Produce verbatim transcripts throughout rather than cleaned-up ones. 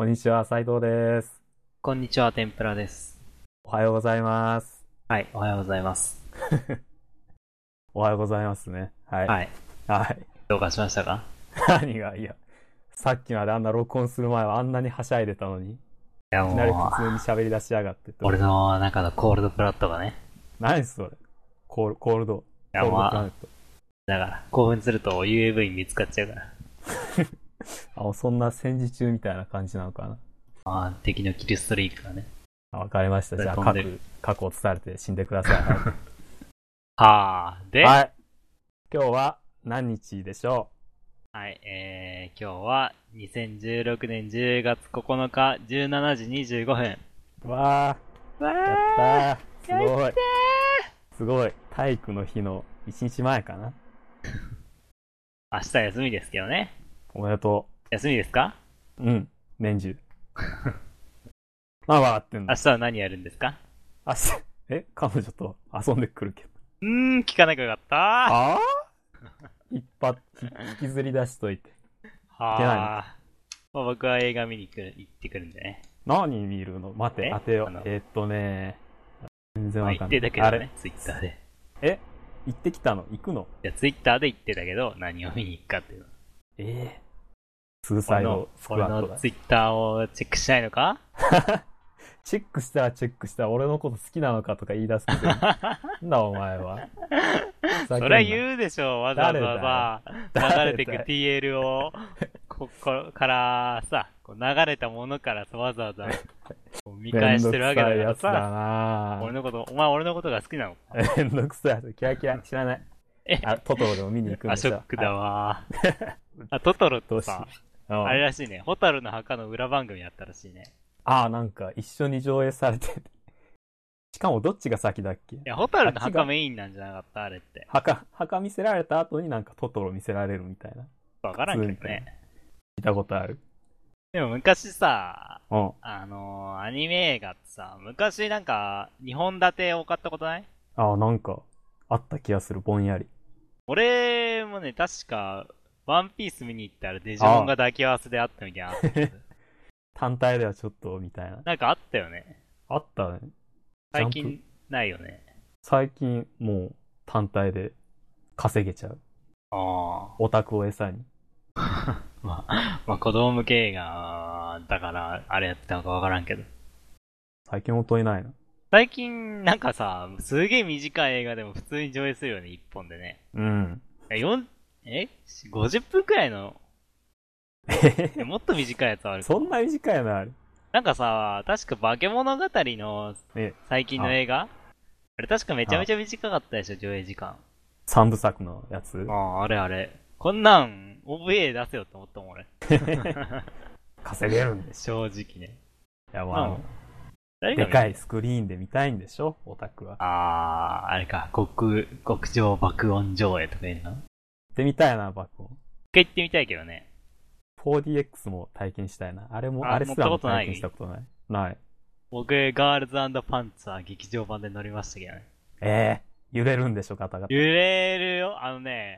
こんにちは、斉藤です。 こんにちは、天ぷらです。 おはようございます。 はい、おはようございます。 おはようございますね。はい。 はい。 はい。 どうかしましたか？ 何が、いや、さっきまであんな録音する前はあんなにはしゃいでたのに、いいやきなりもう、 普通に喋り出しやがってと。 俺の中のコールドプラットがね。 何それ。コール、コールド、 いやコールドプラネッまあ、だから、興奮すると ユーエーブイ 見つかっちゃうから。 ト。あ、そんな戦時中みたいな感じなのかな。 まあ、敵のキルストリークがね。 あ、わかりました。じゃあ、 飛んでる核、核を伝えて死んでください。ははー、 い。 で、 はい。今日は何日でしょはい、えー、今日はにせんじゅうろくねんじゅうがつここのかじゅうしちじにじゅうごふん。 う。わー。 わやったー。すー、 ごい。 やったすごい。体育の日の一日前かな。 ー。明日休みですけどね。 おめでと休みですか？ う。うん。年中。まあ、笑ってんの。 明日は何やるんですか？ 明日、え彼女と遊んでくるけど。 うーん、聞かなきゃよかったああ一発、引きずり出しといて。 はけないのあ。まあ、僕は映画見に行く行ってくるんでね。 何見るの待て、 え当てよあの。 えーっとね、全然まあ、 わかんない。 言ってたけどあれね、ツイッターで。 え行ってきたの行くのいや、ツイッターで言ってたけど、何を見に行くかっていうの。 ええー、スーサイドスク俺ワットだ。 のツイッターをチェックしないのか？ チェックしたらチェックしたら俺のこと好きなのかとか言い出すくせに。なんだお前は。 それは言うでしょ、わざわざさ、流れてく ティーエル を、ここからさ、こう流れたものからさ、わざわざ見返してるわけだからさ、 な俺のこと、お前俺のことが好きなのか？ めんどくさいやつ。キラキラ知らない。 えあ、トトロでも見に行くんあ、 でしょ。 ショックだわ。 はい、 あ、トトロっどうしてさ、 うん、 あれらしいね、ホタルの墓の裏番組やったらしいね。 ああ、なんか一緒に上映されてる。しかもどっちが先だっけ？いいや、ホタルの墓メインなんじゃなかったあれって。 墓、墓見せられた後になんかトトロ見せられるみたいな。 わからんけどね。 聞いたことある。 でも昔さ、 うん。 あのー、アニメ映画ってさ、昔なんか、にほん立て多かったことない？ ああ、なんか、あった気がする、ぼんやり。 俺もね、確か、ワンピース見に行ったらデジモンが抱き合わせであったみたいなのあったけど。 単体ではちょっと、みたいな。 なんかあったよね。 あったね。 最近ないよね。 最近、もう、単体で稼げちゃう。 ああ。 オタクを餌に。 まあ、まあ子供向け映画だから、あれやってたのかわからんけど。 最近音いないな。 最近、なんかさ、すげえ短い映画でも普通に上映するよね、一本でね。 うん。 え、よん、え ?ごじゅっぷんくらいの、えもっと短いやつあるか。 そんな短いのある？ なんかさ、確か化け物語のえ、 最近の映画あれ確かめちゃめちゃ短かったでしょ、上映時間。 三部作のやつああ、あれあれ。こんなん、オーブイエー 出せよと思ったもん、俺。 稼げるんでしょ。 正直ね。 いや、まあ、 誰がでかいスクリーンで見たいんでしょ、オタクは。 あー、あれか、極、極上爆音上映とか言うの？ 行ってみたいな、爆音。 一回行ってみたいけどね。 フォーディーエックス も体験したいな。あれも、 ああれすらも乗ったことない体験したことない。ない。 僕、ガールズパンツァー劇場版で乗りましたけどね。 えー、揺れるんでしょ、ガタガタ。 揺れるよ、あのね、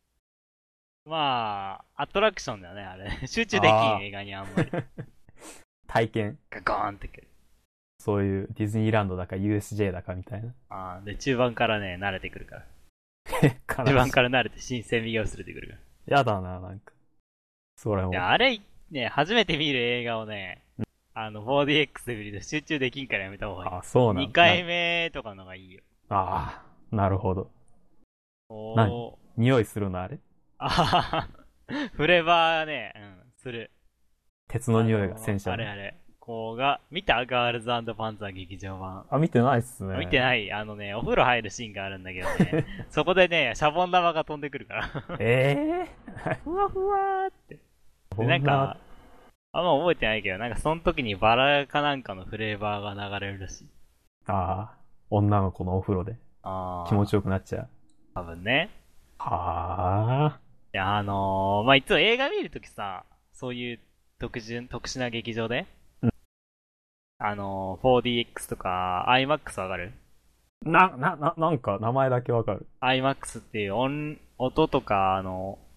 まあ、アトラクションだよね、あれ。集中できん、映画にあんまり。 体験。 ガコーンってくる。 そういうディズニーランドだか ユーエスジェー だかみたいな。 あーで、中盤からね、慣れてくるから。 中中盤から慣れて新鮮味が薄れてくるから。 やだな、なんか。それも。 いや、あれ、ね、初めて見る映画をね、あの、フォーディーエックス で見ると集中できんからやめた方がいい。 あ、そうなんだ。 にかいめとかのがいいよ。 ああ、なるほど。 お何匂いするのあれ？ あはは。フレーバーね、うん、する。 鉄の匂いが戦車の。 あれあれ。こうが、見たガールズパンツァー劇場版。 あ、見てないっすね。 見てない。あのね、お風呂入るシーンがあるんだけどね。そこでね、シャボン玉が飛んでくるから。 ええー、 ふわふわーって。で、なんか、あんま覚えてないけど、なんかその時にバラかなんかのフレーバーが流れるらしい。 ああ、女の子のお風呂で。 ああ。 気持ちよくなっちゃう。 多分ね。 はあ。 いや、あのー、まあ、いつも映画見るときさ、そういう特殊、特殊な劇場で、 うん、 あのー、フォーディーエックス とか、アイマックス わかる？ な、な、な、なんか名前だけわかる。 アイマックス っていう音、音とか、あの、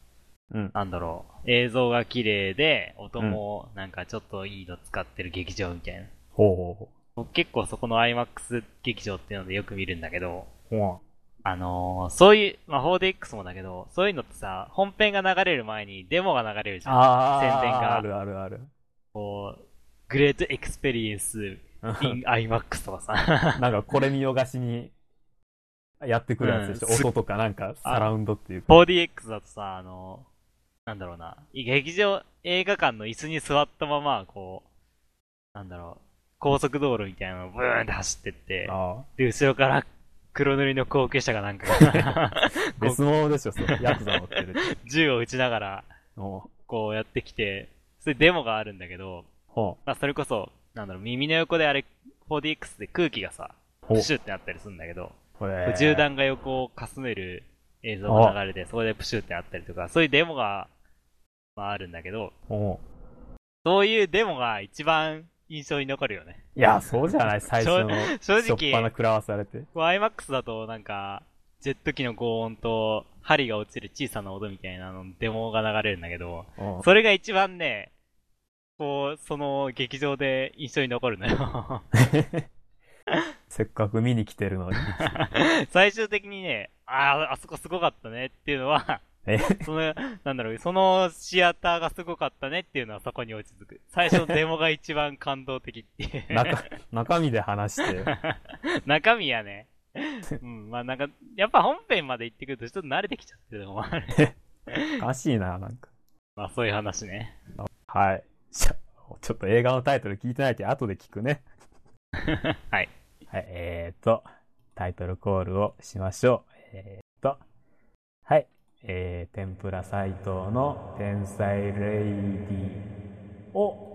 うん。 なんだろう、映像が綺麗で、音もなんかちょっといいの使ってる劇場みたいな。 ほうほうほ僕結構そこの アイマックス 劇場っていうのでよく見るんだけど、 う。ほあのー、そういう、まあ、フォーディーエックス もだけど、そういうのってさ、本編が流れる前にデモが流れるじう。 ゃん。 ああ、 宣伝が。 あるあるある。 こう、グレートエクスペリエンス in アイマックス とかさ。 なんかこれ見よがしにやってくるやつでしょ。 うん音とかなんかサラウンドっていうか。 フォーディーエックス だとさ、あの、なんだろうな、劇場、映画館の椅子に座ったまま、こう、なんだろう、高速道路みたいなのをブーンって走ってって、 あで、後ろから黒塗りの高級車がなんかが別物でしょ、それ。ヤクザ乗ってる。 銃を撃ちながら、 おうこうやってきて、それデモがあるんだけど、 ほまあそれこそ、なんだろう、耳の横であれ、フォーディーエックス で空気がさ、 う。 プシュってなったりするんだけど、 ほう。へー銃弾が横をかすめる映像が流れて、そこでプシュってあったりとか、そういうデモが、まああるんだけど、 おうそういうデモが一番印象に残るよね。 いや、そうじゃない最初の。 正しょっぱな直、 食らわされて。 アイマックス だとなんか、ジェット機の轟音と、針が落ちる小さな音みたいなのデモが流れるんだけど、 うんそれが一番ね、こう、その劇場で印象に残るのよ。 せっかく見に来てるのに。 最終的にね、ああ、あそこすごかったねっていうのは、 えその、なんだろう、そのシアターがすごかったねっていうのはそこに落ち着く。最初のデモが一番感動的っていう。 中、中身で話して。 中身やね。うん、まあなんか、やっぱ本編まで行ってくるとちょっと慣れてきちゃってるのもある。 おかしいな、なんか。 まあそういう話ね。 はい。ちょちょっと映画のタイトル聞いてないけど、後で聞くね。 はい。 はい、えーと、タイトルコールをしましょう。えーと、はい。えー、天ぷら斎藤の天才レイディを、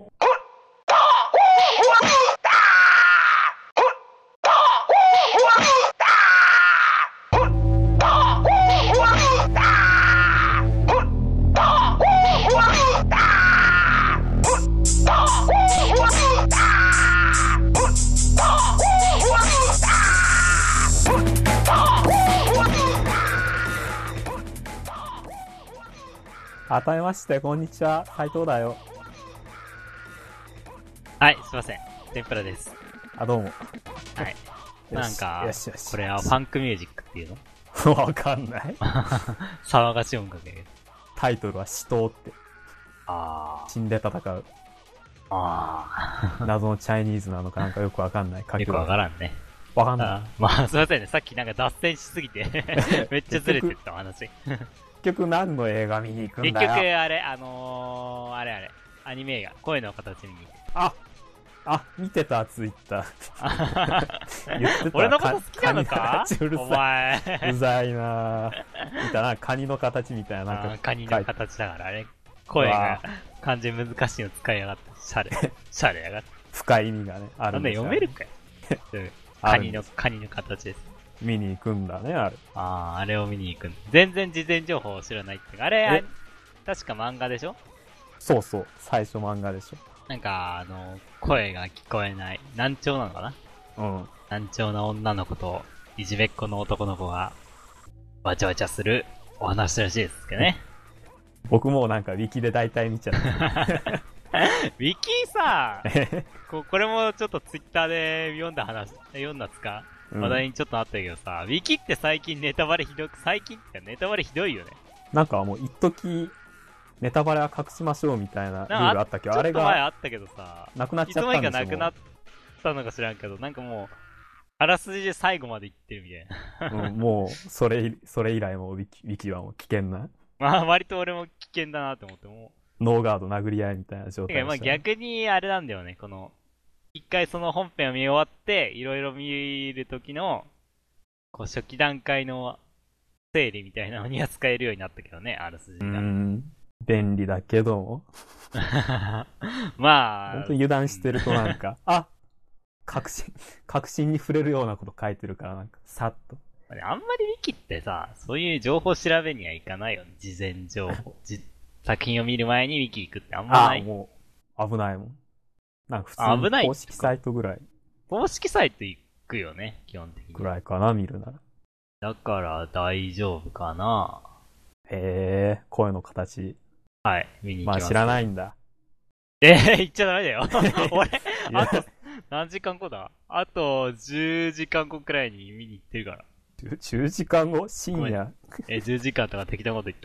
改めまして、こんにちは。斉藤だよ。 はい、すいません。天ぷらです。 あ、どうも。 はい。 よしなんかよしよし、 これはファンクミュージックっていうのわかんない。 騒がしい音楽で。 タイトルは死闘って。 あ死んで戦う。 あ。あ謎のチャイニーズなのかなんかよくわかんないあ。よくわからんね。 わかんない。 あまあ、すいませんね。さっきなんか脱線しすぎてめっちゃずれてった話。 結局何の映画見に行くんだよ。 結局、あれ、あのー、あれあれ。アニメ映画。声の形に。 ああ、見てた、ツイッター。言ってた。 俺のこと好きなのかうるおさい。 前。 うざいなぁ。見たな、カニの形みたいな。なんかカニの形だからね。声が漢字難しいの使いやがって。シャレ。シャレやがって。 深い意味がね、あるなんだ読めるかよ。カニの、カニの形です。 見に行くんだね、あれ。 ああ、あれを見に行くん全然事前情報を知らないっていうか、あれ、あ確か漫画でしょそうそう、最初漫画でしょ。 なんか、あの、声が聞こえない、難聴なのかなうん。 難聴な女の子と、いじめっ子の男の子が、わちゃわちゃするお話らしいですけどね。 僕もなんかウィキで大体見ちゃった。 ウィキさ、ここれもちょっとツイッターで読んだ話、読んだつか、うん、話題にちょっとあったけどさ、ウィキって最近ネタバレひどく、最近ってネタバレひどいよね。 なんかもう一時ネタバレは隠しましょうみたいなルールあったけど、あれが、 ちょっと前あったけどさ、 なくなっちゃったんですよ。 いつの間にかなくなったのか知らんけど、なんかもう、あらすじで最後まで行ってるみたいな。 うん、もう、それ、それ以来もウィキ、ウィキはもう危険な。 まあ、割と俺も危険だなと思って、もう。ノーガード殴り合いみたいな状態でした、ね。 まあ逆にあれなんだよね、この、一回その本編を見終わって、いろいろ見るときの、こう初期段階の整理みたいなのには使えるようになったけどね、あらすじが。 うん。便利だけども。 まあ。 本当に油断してるとなんか、うん、あ確信、確信に触れるようなこと書いてるからなんか、さっと。 あんまりウィキってさ、そういう情報調べにはいかないよね。事前情報。作品を見る前にウィキ行くってあんまない。 あ、もう、危ないもん。なんか普通に公式サイトぐらい。 公式サイト行くよね、基本的に。 ぐらいかな、見るなら。 だから大丈夫かな。 へへえ、声の形。 はい、見に行きます。 まあ知らないんだ。 えー、言っちゃダメだよ。俺、あと、何時間後だあと、じゅうじかんごくらいに見に行ってるから。 じゅうじかんご深夜。 え、じゅうじかんとか適当なこと言った。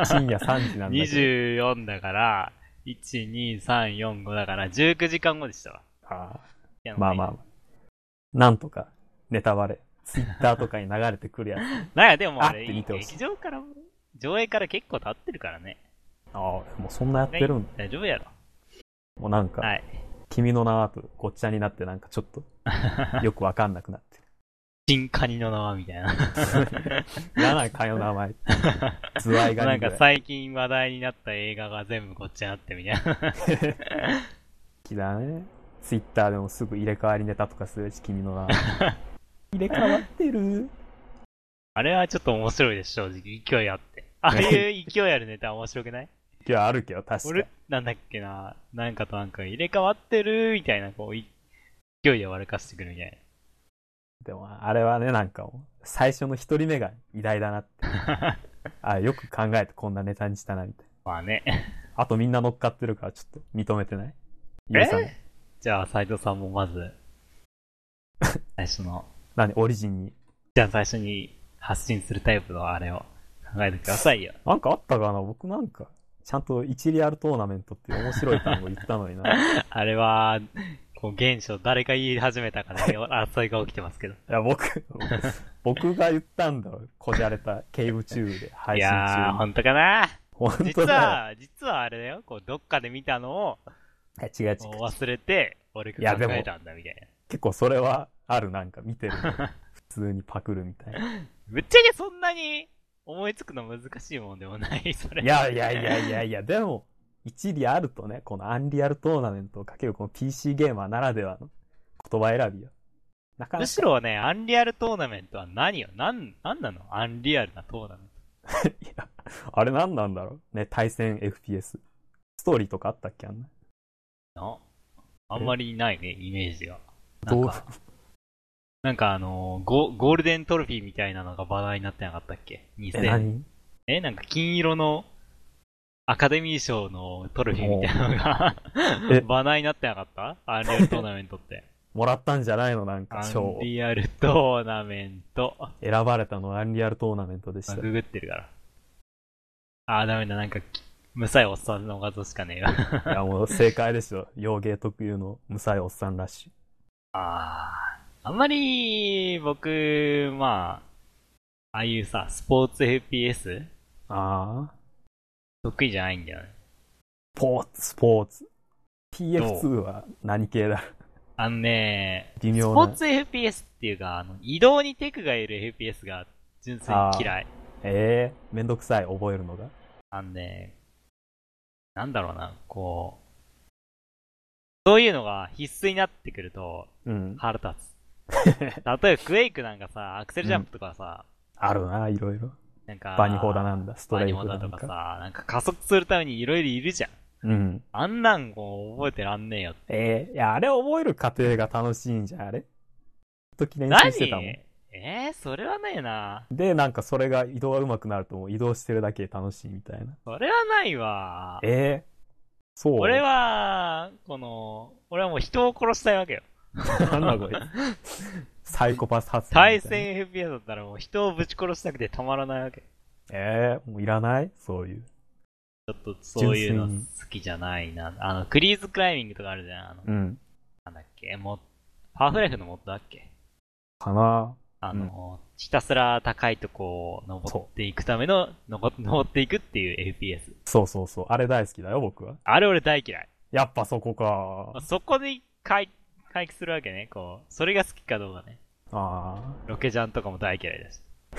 深夜さんじなんだけど。 にじゅうよんだから、いち、に、さん、よん、ごだから、じゅうくじかんごでしたわ。 ああ。まあまあ。なんとか、ネタバレ。ツイッターとかに流れてくるやつ。 なんや、でもあれ、 劇場から、上映から結構経ってるからね。 ああ、もうそんなやってるんだ。 大丈夫やろ。 もうなんか、はい、君の名はとごっちゃになってなんかちょっと、よくわかんなくなってる。 新カニの名はみたいな。 嫌なカニの名前。ズワイガニ。 なんか最近話題になった映画が全部ごっちゃになってみたいな。 好きだね。ツイッターでもすぐ入れ替わりネタとかするし、君の名は。入れ替わってる。 あれはちょっと面白いです、正直。勢いあって。ああいう勢いあるネタ面白くない？ 勢いあるけど、確かに。 俺、なんだっけな、なんかとなんか入れ替わってるみたいな、こう、勢いで笑かしてくるみたいな。 でも、あれはね、なんかもう、最初の一人目が偉大だなって。あ、よく考えてこんなネタにしたな、みたいな。まあね。 あとみんな乗っかってるからちょっと認めてない？許さない。 え？じゃあ、斉藤さんもまず、最初の。 何？オリジンに。 じゃあ最初に発信するタイプのあれを考えてくださいよ。 なんかあったかな？僕なんか、ちゃんと一リアルトーナメントっていう面白い単語言ったのにな。 あれは、こう現象誰か言い始めたから争いが起きてますけど。いや、僕、僕が言ったんだろ。こじゃれたケイブチューブで配信中に。 いやー、ほんとかな。 ほんとだ。 実は、実はあれだよ。こう、どっかで見たのを、 違う違う。 忘れて、俺が考えたんだみたいな。 結構それはある、なんか見てるの。普通にパクるみたいな。 ぶっちゃけそんなに思いつくの難しいもんでもない、それ。 いやいやいやいやいや、でも、一理あるとね、このアンリアルトーナメントをかけるこの ピーシー ゲーマーならではの言葉選びよ。 なかなかむしろね、アンリアルトーナメントは何よ？なん、なんなの？アンリアルなトーナメント。いや、あれ何なんだろうね、対戦 エフピーエス。ストーリーとかあったっけ？あんな。 あ、あんまりないね、イメージが。なんか、なんかあのー、ゴ、ゴールデントロフィーみたいなのが話題になってなかったっけ？にせん。 え、何？ え、なんか金色のアカデミー賞のトロフィーみたいなのが話題になってなかった？アンリアルトーナメントって。 もらったんじゃないの？なんか賞。 アンリアルトーナメント。 選ばれたのはアンリアルトーナメントでした。 ググってるから。あー、ダメだ、なんか、むさいおっさんの画像しかねえよ。 いや、もう正解ですよ。洋芸特有のむさいおっさんラッシュ。 あー、あんまり、僕、まあ、ああいうさ、スポーツ エフピーエス？ ああ。 得意じゃないんだよね。 スポーツ、スポーツ。ピーエフツー は何系だ？ あのね、 微妙な。 スポーツ エフピーエス っていうか、あの、移動にテクがいる エフピーエス が純粋に嫌い。 ええー、めんどくさい、覚えるのが。 あのね、なんだろうな、こう、そういうのが必須になってくると、うん、腹立つ。例えばクエイクなんかさ、アクセルジャンプとかさ、 うん、あるな、いろいろ。 なんか、 バニホーダなんだ、ストレイフだバニホーダとかさ、なんか加速するためにいろいろいるじゃん。うん。あんなんこう覚えてらんねえよって。 ええー、いや、あれ覚える過程が楽しいんじゃん、あれ。時練習してたもん。 何？えー、それはねえな。 で、なんかそれが移動が上手くなるともう移動してるだけで楽しいみたいな。 それはないわ。 えー、そう。 俺は、この、俺はもう人を殺したいわけよ。 なんだこれ。サイコパス発言。対戦 エフピーエス だったらもう人をぶち殺したくてたまらないわけ。 ええー、もういらない？そういう。 ちょっとそういうの好きじゃないな。あの、クリーズクライミングとかあるじゃん。あの、うん。なんだっけもう、ハーフライフのモッドだっけかなあの、うん、ひたすら高いとこを登っていくための、登っていくっていう エフピーエス。 そうそうそう。あれ大好きだよ、僕は。 あれ俺大嫌い。 やっぱそこか。 そこで回、回帰するわけね。こう、それが好きかどうかね。ああ。ロケジャンとかも大嫌いだし。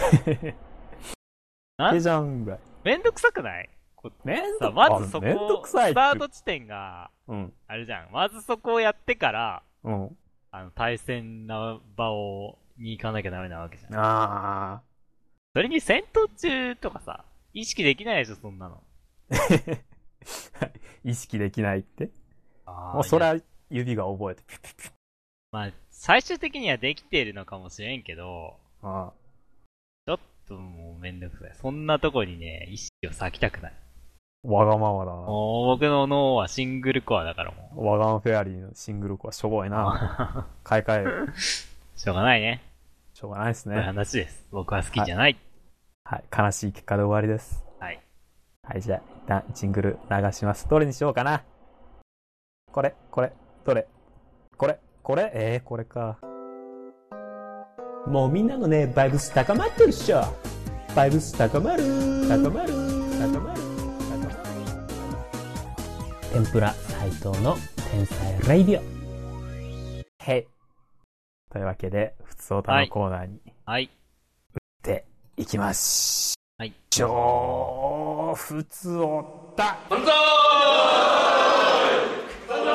ロケジャンぐらい。 めんどくさくないめんどくさい。まずそこ、スタート地点が、うん。あれじゃん。まずそこをやってから、うん。あの、対戦な場を、に行かなきゃダメなわけじゃん。ああ。それに戦闘中とかさ、意識できないでしょ、そんなの。 意識できないって？ああ。もうそれは指が覚えてピュピュピュ。まあ、最終的にはできているのかもしれんけど、ああ。ちょっともうめんどくさい。そんなとこにね、意識を割きたくない。 わがままだな。 もう僕の脳はシングルコアだからもう。ワガンフェアリーのシングルコアしょぼいな。買い替える。 しょうがないね。 しょうがないですね。 そういう話です。僕は好きじゃない。 はい。はい。悲しい結果で終わりです。 はい。 はい、じゃあ、一旦ジングル流します。どれにしようかな。これ、これ、どれこれ、これえー、これか。もうみんなのね、バイブス高まってるっしょ。バイブス高まる高まる高まる高まる天ぷら斉藤の天才レイディオ。へい。というわけで、ふつおたのコーナーに、 はい。 打っていきます。 はい。 超ふつおた。万歳万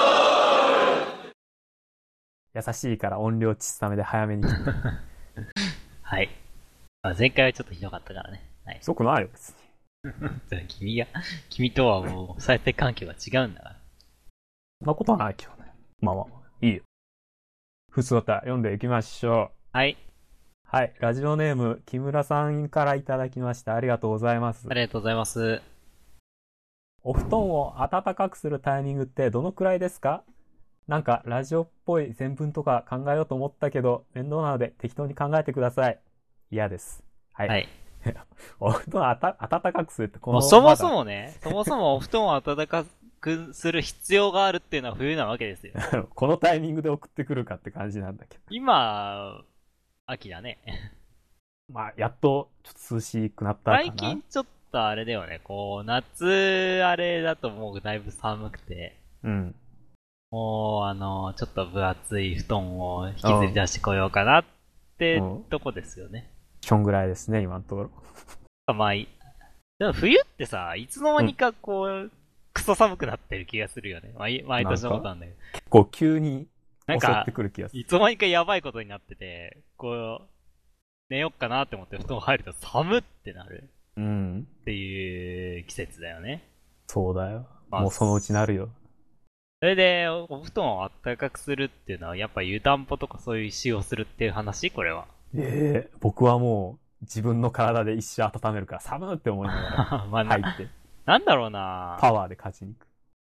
歳優しいから音量小さめで早めに来て。 はい。まあ、前回はちょっとひどかったからね。はい。 すごくないよ、別に。君が、君とはもう再生環境が違うんだから。 そんなことはないけどね。まあまあ、いいよ。ふつおた読んでいきましょう。 はい。 はい。ラジオネーム、木村さんからいただきました。ありがとうございます。 ありがとうございます。 お布団を暖かくするタイミングってどのくらいですか？なんかラジオっぽい前文とか考えようと思ったけど、面倒なので適当に考えてください。嫌です。はい。はい、お布団をあた暖かくするってこのもうそもそもね、そもそもお布団を暖かくする必要があるっていうのは冬なわけですよ。 このタイミングで送ってくるかって感じなんだけど。 今、秋だね。 まあ、やっとちょっと涼しくなったかな。 最近ちょっとあれだよね、こう、夏あれだともうだいぶ寒くて。 うん。 もう、あの、ちょっと分厚い布団を引きずり出してこようかなってとこですよね。 そんぐらいですね、今のところ。 まあいい。でも冬ってさ、いつの間にかこう、うん、クソ寒くなってる気がするよね。毎年のことなんだけど。 結構急に襲ってくる気がする。 いつの間にかやばいことになってて、こう、寝よっかなって思って布団入ると寒ってなる。 うん。 っていう季節だよね。 そうだよ。まあ、もうそのうちなるよ。 それで、お布団を暖かくするっていうのは、やっぱ湯たんぽとかそういう使用するっていう話これは。 ええー、僕はもう、自分の体で一生温めるから寒って思いながらまあ入って。 なんだろうなパワーで勝ちに行く。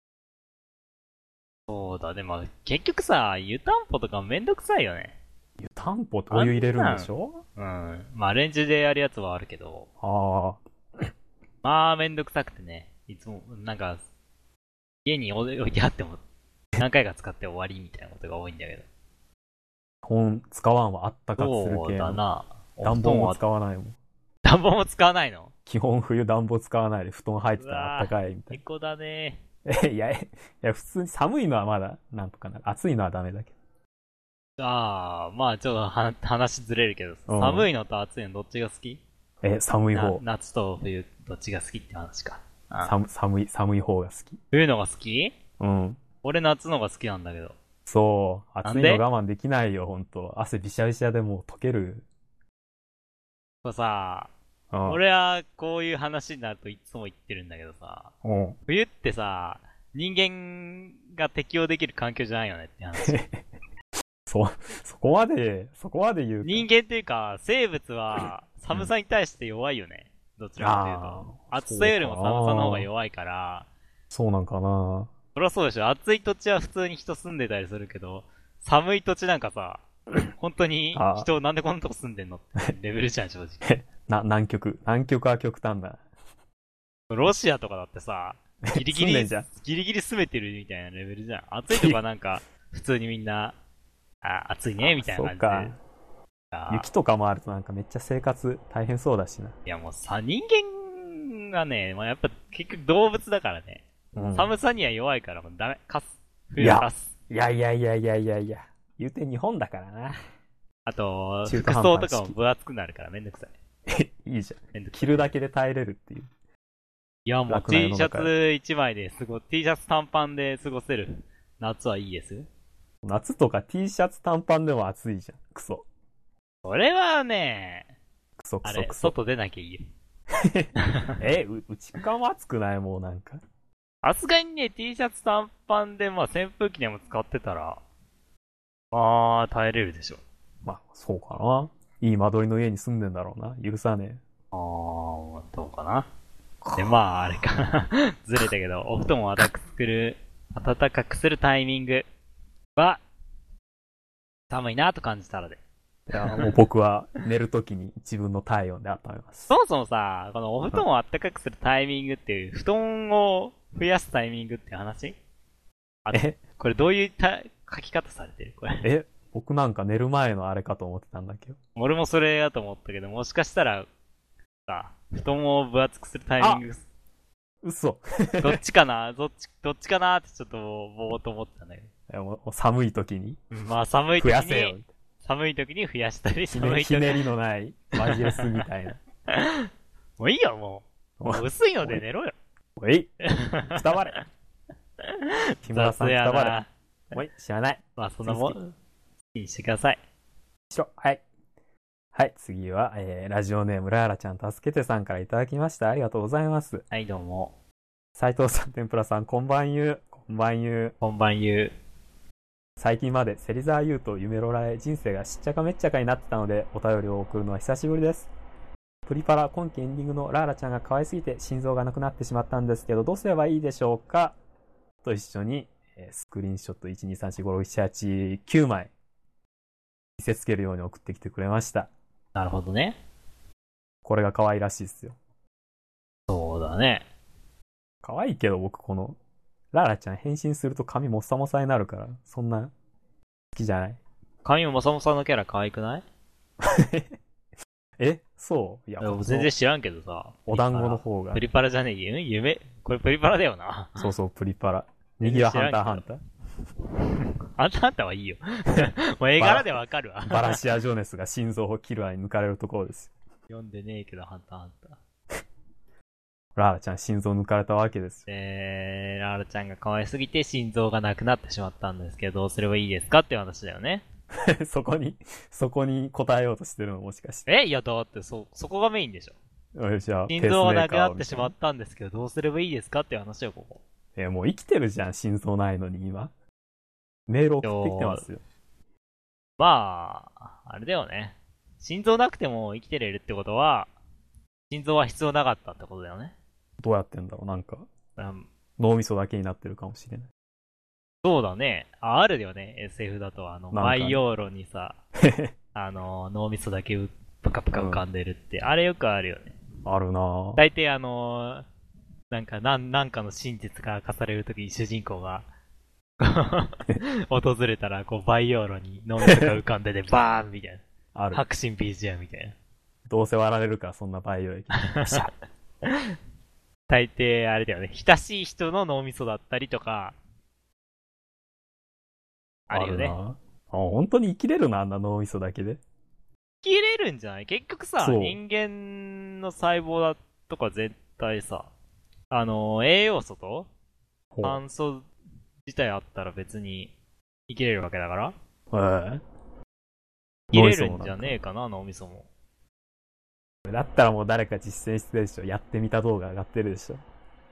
そうだ、でも結局さ、湯たんぽとかめんどくさいよね。 湯たんぽってお湯入れるんでしょ？ うん。まあレンジでやるやつはあるけど。 ああ。 まあめんどくさくてね。いつも、なんか、家に置いてあっても何回か使って終わりみたいなことが多いんだけど。 基本使わんはあったかくする系の。 そうだな。 暖房も使わないもん。 暖房も使わないの？ 基本冬暖房使わないで布団入ってたらあったかいみたいな。 エコだね。 え、いや、いや、普通に寒いのはまだなんとかなる。暑いのはダメだけど。ああ、まあちょっとは話ずれるけど、うん、寒いのと暑いのどっちが好き？ え、寒い方。 夏と冬どっちが好きって話か。 寒、寒い、寒い方が好き。 冬のが好き？ うん。 俺夏のが好きなんだけど。 そう。暑いの我慢できないよ、ほんと。汗びしゃびしゃでもう溶ける。 そうさ、うん、俺はこういう話になるといつも言ってるんだけどさ、 うん、 冬ってさ、人間が適応できる環境じゃないよねって話。 そ、そこまで、そこまで言うか。 人間っていうか、生物は寒さに対して弱いよね。どちらかというと。暑さよりも寒さの方が弱いから。 そうなんかな。 そりゃそうでしょ。暑い土地は普通に人住んでたりするけど、寒い土地なんかさ、本当に人なんでこんなとこ住んでんのってレベルじゃん、正直。 な、南極。南極は極端だ。 ロシアとかだってさ、ギリギリ、ギリギリ住めてるみたいなレベルじゃん。暑いとかなんか、普通にみんな、あ、暑いね、みたいな感じで。 雪とかもあるとなんかめっちゃ生活大変そうだしな。いやもうさ、人間がね、まあ、やっぱ結局動物だからね。うん、寒さには弱いからもうダメ。カス。冬カス。 いやいやいやいやいやいや。言うて日本だからな。 あと、服装とかも分厚くなるからめんどくさい。いいじゃん。着るだけで耐えれるっていう。 いやもう T シャツ一枚で過ご、T シャツ短パンで過ごせる夏はいいですよ。 夏とか T シャツ短パンでも暑いじゃん。クソ。 それはね、 クソクソクソ。 外出なきゃいいよ。 え、う、内側も暑くないもうなんか。 さすがにね、T シャツ短パンでまあ扇風機でも使ってたら、まあ、耐えれるでしょ。 まあ、そうかな。 いい間取りの家に住んでんだろうな。許さねあー、どうかな。で、まあ、あれかな。ずれたけど、お布団を暖かくする、暖かくするタイミングは、寒いなと感じたらで。 え。いや、もう僕は寝るときに自分の体温で温めます。 そもそもさ、このお布団を暖かくするタイミングっていう、布団を増やすタイミングっていう話あえこれどういうた書き方されてるこれ。 え僕なんか寝る前のあれかと思ってたんだけど。 俺もそれやと思ったけど、もしかしたら、さ、布団を分厚くするタイミング、 嘘。 どっちかなどっち、どっちかなってちょっとぼーっと思ってたんだけど。 いやもう寒い時にまあ寒い時増やせよに、寒い時に増やしたり、 ひ寒い時に。 ねひねりのないマジレスみたいな。 もういいよ、もう。もう薄いので寝ろよ。 おいくたばれ木村さんくたばれ。おい知らない。 まあそんなもん、好きにしてください。 しろ。はい。はい、次は、えー、ラジオネームラーラちゃん助けてさんからいただきました。ありがとうございます。 はい、どうも。 斉藤さん、天ぷらさん、こんばんゆう。こんばんゆう。 こんばんゆう。 最近まで芹沢優と夢ロラへ人生がしっちゃかめっちゃかになってたので、お便りを送るのは久しぶりです。プリパラ今季エンディングのラーラちゃんが可愛すぎて心臓がなくなってしまったんですけど、どうすればいいでしょうかと一緒に、えー、スクリーンショットいち、に、さん、よん、ご、ろく、なな、はち、きゅうまい見せつけるように送ってきてくれました。 なるほどね。 これが可愛らしいですよ。 そうだね。 可愛いけど僕このラーラちゃん変身すると髪もっさもさになるからそんな好きじゃない。 髪もさもさのキャラ可愛くないえそういや全然知らんけどさ。 お団子の方がプリパラじゃねえよ。夢これプリパラだよな。 そうそうプリパラ。にぎわハンターハンター。 ハンターハンターはいいよ。もう絵柄でわかるわ。 バラシア・ジョネスが心臓をキルアに抜かれるところです。 読んでねえけどハンターハンター。 ラーラちゃん心臓抜かれたわけですよ。 えー、ラーラちゃんが可愛すぎて心臓がなくなってしまったんですけど、どうすればいいですかっていう話だよね。 そこに、そこに答えようとしてるのもしかして。 えいや、だってそ、そこがメインでしょ。 よし、 心臓がなくなってしまったんですけど、どうすればいいですかっていう話よ、ここ。 えー、もう生きてるじゃん、心臓ないのに今。メール送ってきてますよ。 まあ、あれだよね。心臓なくても生きてれるってことは、心臓は必要なかったってことだよね。 どうやってんだろうなんか、 うん、 脳みそだけになってるかもしれない。 そうだね。あ、あるよね。エスエフ だと、あの、バイオーロにさ、あの、脳みそだけぷかぷか浮かんでるって、うん、あれよくあるよね。 あるなぁ。 大抵あの、なんか、なん、なんかの真実が明かされるときに主人公が、訪れたら、こう、バイオーロに脳みそが浮かんでて、バーンみたいな。 ある。 白真 ビージーエム みたいな。 どうせ割られるか、そんなバイオ液。 大抵、あれだよね。親しい人の脳みそだったりとか、あるよね。 あ、本当に生きれるな、あんな脳みそだけで。 生きれるんじゃない？結局さ、人間の細胞だとか絶対さ、あの、栄養素と酸素自体あったら別に生きれるわけだから。 へえ。 生きれるんじゃねえかな、脳みそも。 だったらもう誰か実践してるでしょ。やってみた動画上がってるでしょ。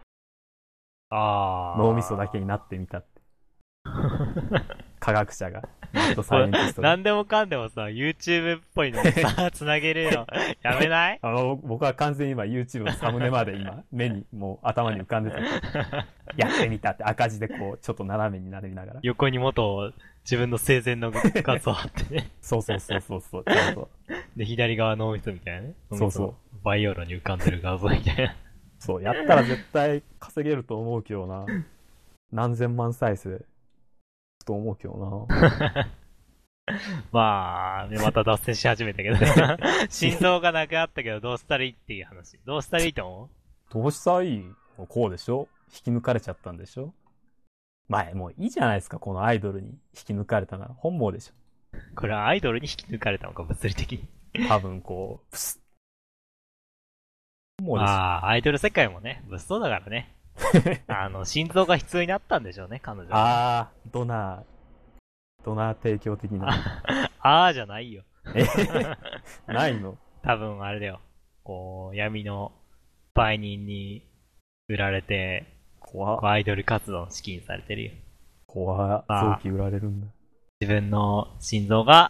あー。 脳みそだけになってみたって。科学者が。 サイエンティスト何でもかんでもさ、YouTube っぽいのにさ、繋げるの。やめない？ あの、僕は完全に今 YouTube のサムネまで今、目に、もう頭に浮かんでた。やってみたって赤字でこう、ちょっと斜めになりながら。 横に元、自分の生前の画像あってね。 そうそうそうそうそう。ちゃんと。 で、左側脳みそみたいなね。 そうそう。 バイオーロに浮かんでる画像みたいな。 そう、やったら絶対稼げると思うけどな。何千万再生。と思うけどな。 まあ、また脱線し始めたけど心臓がなくなったけどどうしたらいいっていう話。どうしたらいいと思う？ どうしたらいい？こうでしょ？引き抜かれちゃったんでしょ？前、もういいじゃないですか、このアイドルに引き抜かれたなら。本望でしょ。 これはアイドルに引き抜かれたのか、物理的に。 多分こう、プスッ。本望でしょ。ああ、アイドル世界もね、物騒だからね。あの、心臓が必要になったんでしょうね、彼女は。 ああ、ドナー、ドナー提供的な。 ああじゃないよ。 えないの？ 多分あれだよ。こう、闇の売人に売られて、 怖アイドル活動の資金されてるよ。 怖っ、臓器売られるんだ。 自分の心臓が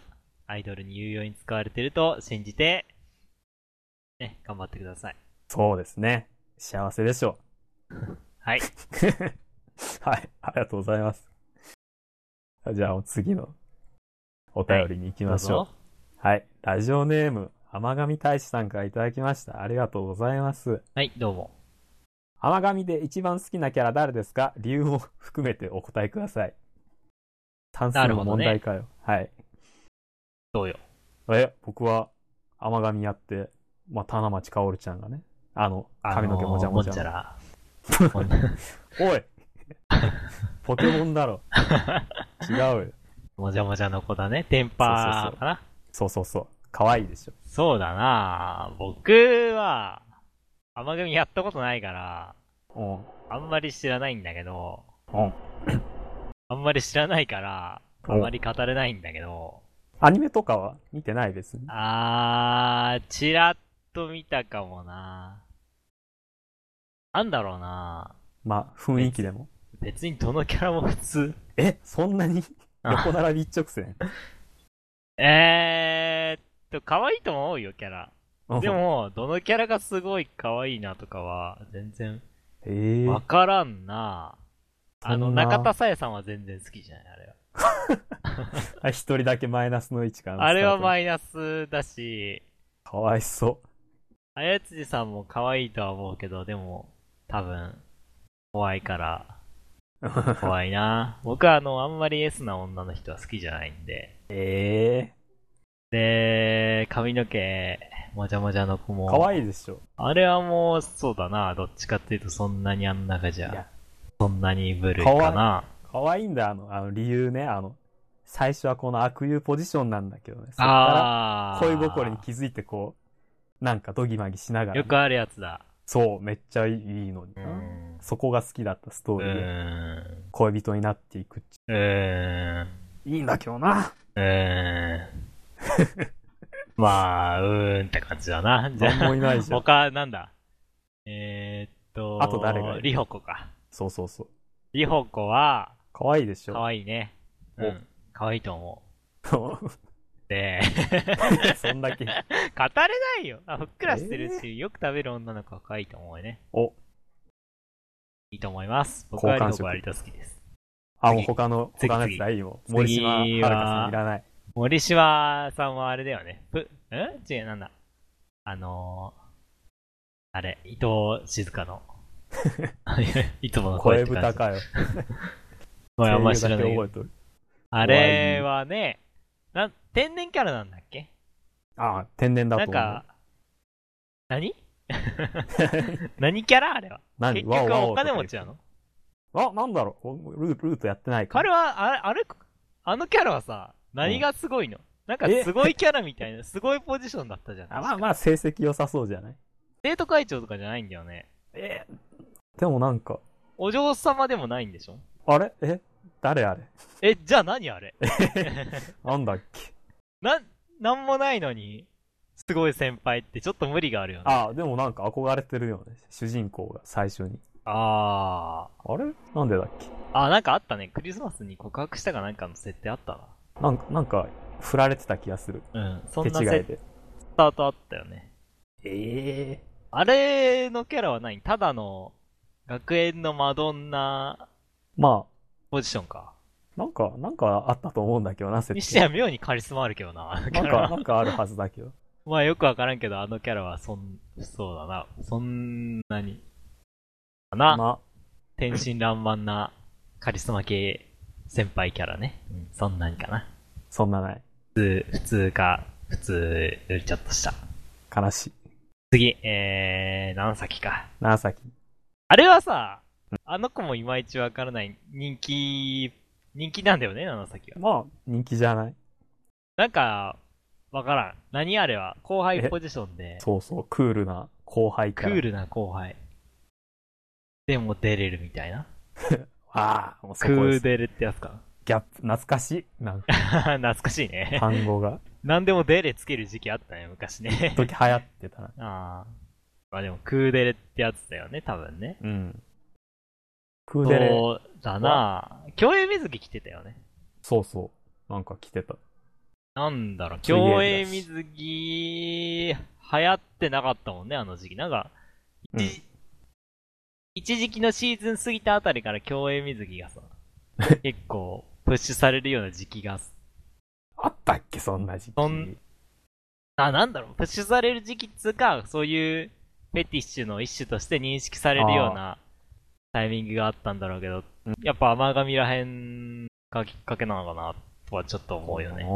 アイドルに有用に使われてると信じて、ね、頑張ってください。 そうですね。幸せでしょう。 はい。 はい、ありがとうございます。じゃあ、お次のお便りに行きましょう。はい、はい、ラジオネーム、甘神大使さんからいただきました。ありがとうございます。 はい、どうも。 甘神で一番好きなキャラ誰ですか？理由も含めてお答えください。算数の問題かよ。ね、はい。 どうよ。 え、僕は甘神やって、まあ、棚町かおるちゃんがね、あの、髪の毛もじゃもじゃの。 あのー、もんちゃら。 おいポケモンだろ。違うよ。 もじゃもじゃの子だね。テンパーかな。 そうそうそう。かわいいでしょ。 そうだな僕は、甘組やったことないから、 うん、 あんまり知らないんだけど、 うん、 あんまり知らないから、あんまり語れないんだけど、 アニメとかは見てないですね。 あー、チラッと見たかもななんだろうなまあ、雰囲気でも。 別にどのキャラも普通。 え、そんなに横並び一直線えーっと、可愛いとも思うよ、キャラ。でも、どのキャラがすごい可愛いなとかは、全然、 えー、 わからんなあの、中田さやさんは全然好きじゃない、あれは。 あ、一人だけマイナスの位置かな。 あれはマイナスだし、 かわいそう。 あやつじさんも可愛いとは思うけど、でも、多分、怖いから、怖いな僕はあの、あんまり S な女の人は好きじゃないんで。 えー。で、髪の毛、もじゃもじゃの子も。 可愛いでしょ。 あれはもう、そうだなどっちかっていうとそんなにあん中じゃ、そんなにブルいかな。 可愛いんだ、あの、あの理由ね、あの、最初はこの悪友ポジションなんだけどね。そっから恋心に気づいてこう、なんかドギマギしながら、ね。 よくあるやつだ。 そう、めっちゃいいのにな。そこが好きだったストーリーで。ー恋人になっていくっち。 ういいんだけどな。 うーん。まあ、うーんって感じだな。 じゃあ。何もいないじゃん。 他、なんだえー、っと、 あと誰がいる？ リホコか。そうそうそう。 リホコは、 可愛いでしょ。 可愛いね。うん。可愛いと思う。で、 そんだけ。語れないよ。あ、ふっくらしてるし、えー、よく食べる女の子は可愛いと思うよね。 お。 いいと思います。僕はリホコ割と好きです。 あ、もう他の、他のやつはいいよ。森島遥さんいらない。 森島さんはあれだよね。ぷ、ん違う、なんだ。あのー、あれ、伊藤静香の。いつもの声って感じ。 声豚かよ。 ごめん、あんま知らない。あれはね、な、天然キャラなんだっけ？ ああ、天然だと思う。 なんか、何何キャラあれは。結局はお金持ちなの？ あ、なんだろうルー、ルートやってないから。彼は、あれ、あれ、あのキャラはさ、何がすごいの？なんかすごいキャラみたいな、すごいポジションだったじゃん。 あまあまあ成績良さそうじゃない？ 生徒会長とかじゃないんだよね。 えー、でもなんか。 お嬢様でもないんでしょ？ あれえ誰あれえ、じゃあ何あれなんだっけな、なんもないのに、すごい先輩ってちょっと無理があるよね。 ああ、でもなんか憧れてるよね。主人公が最初に。 ああ。あれなんでだっけあ、なんかあったね。クリスマスに告白したかなんかの設定あったな。なんか、なんか、振られてた気がする。 うん、そんな設定。スタートあったよね。 ええー。 あれのキャラは何？ただの、学園のマドンナ、 まあ、 ポジションか。 なんか、なんかあったと思うんだけどな、設定。 にしては妙にカリスマあるけどな、あのキャラ。 なんか、なんかあるはずだけど。 まあよくわからんけど、あのキャラはそん、そうだな。そんなに。かな。まあ、天真爛漫なカリスマ系先輩キャラね。うん、そんなにかな。 そんなない。 普通、普通か、普通よりちょっとした。 悲しい。 次、えー、長崎か。 長崎。 あれはさ、あの子もいまいちわからない人気、人気なんだよね、長崎は。 まあ、人気じゃない。 なんか、わからん。何あれは後輩ポジションで。 そうそう、クールな後輩から。クールな後輩。でも出れるみたいな。 ああ、もうそこです。クーデレってやつか。 ギャップ、懐かしい。なんか懐かしいね。 単語が。 なんでもデレつける時期あったね、昔ね。 時流行ってたな。 ああ。まあでも、クーデレってやつだよね、多分ね。 うん。クーデレ。 そうだなぁ。競泳水着着てたよね。 そうそう。なんか着てた。 なんだろう、競泳水着、流行ってなかったもんね、あの時期。なんか、一、うん、一時期のシーズン過ぎたあたりから競泳水着がさ、結構、プッシュされるような時期が。 あったっけ、そんな時期。そんあ、なんだろう、プッシュされる時期っつうか、そういうフェティッシュの一種として認識されるようなタイミングがあったんだろうけど、やっぱ甘神らへんがきっかけなのかな、とはちょっと思うよね。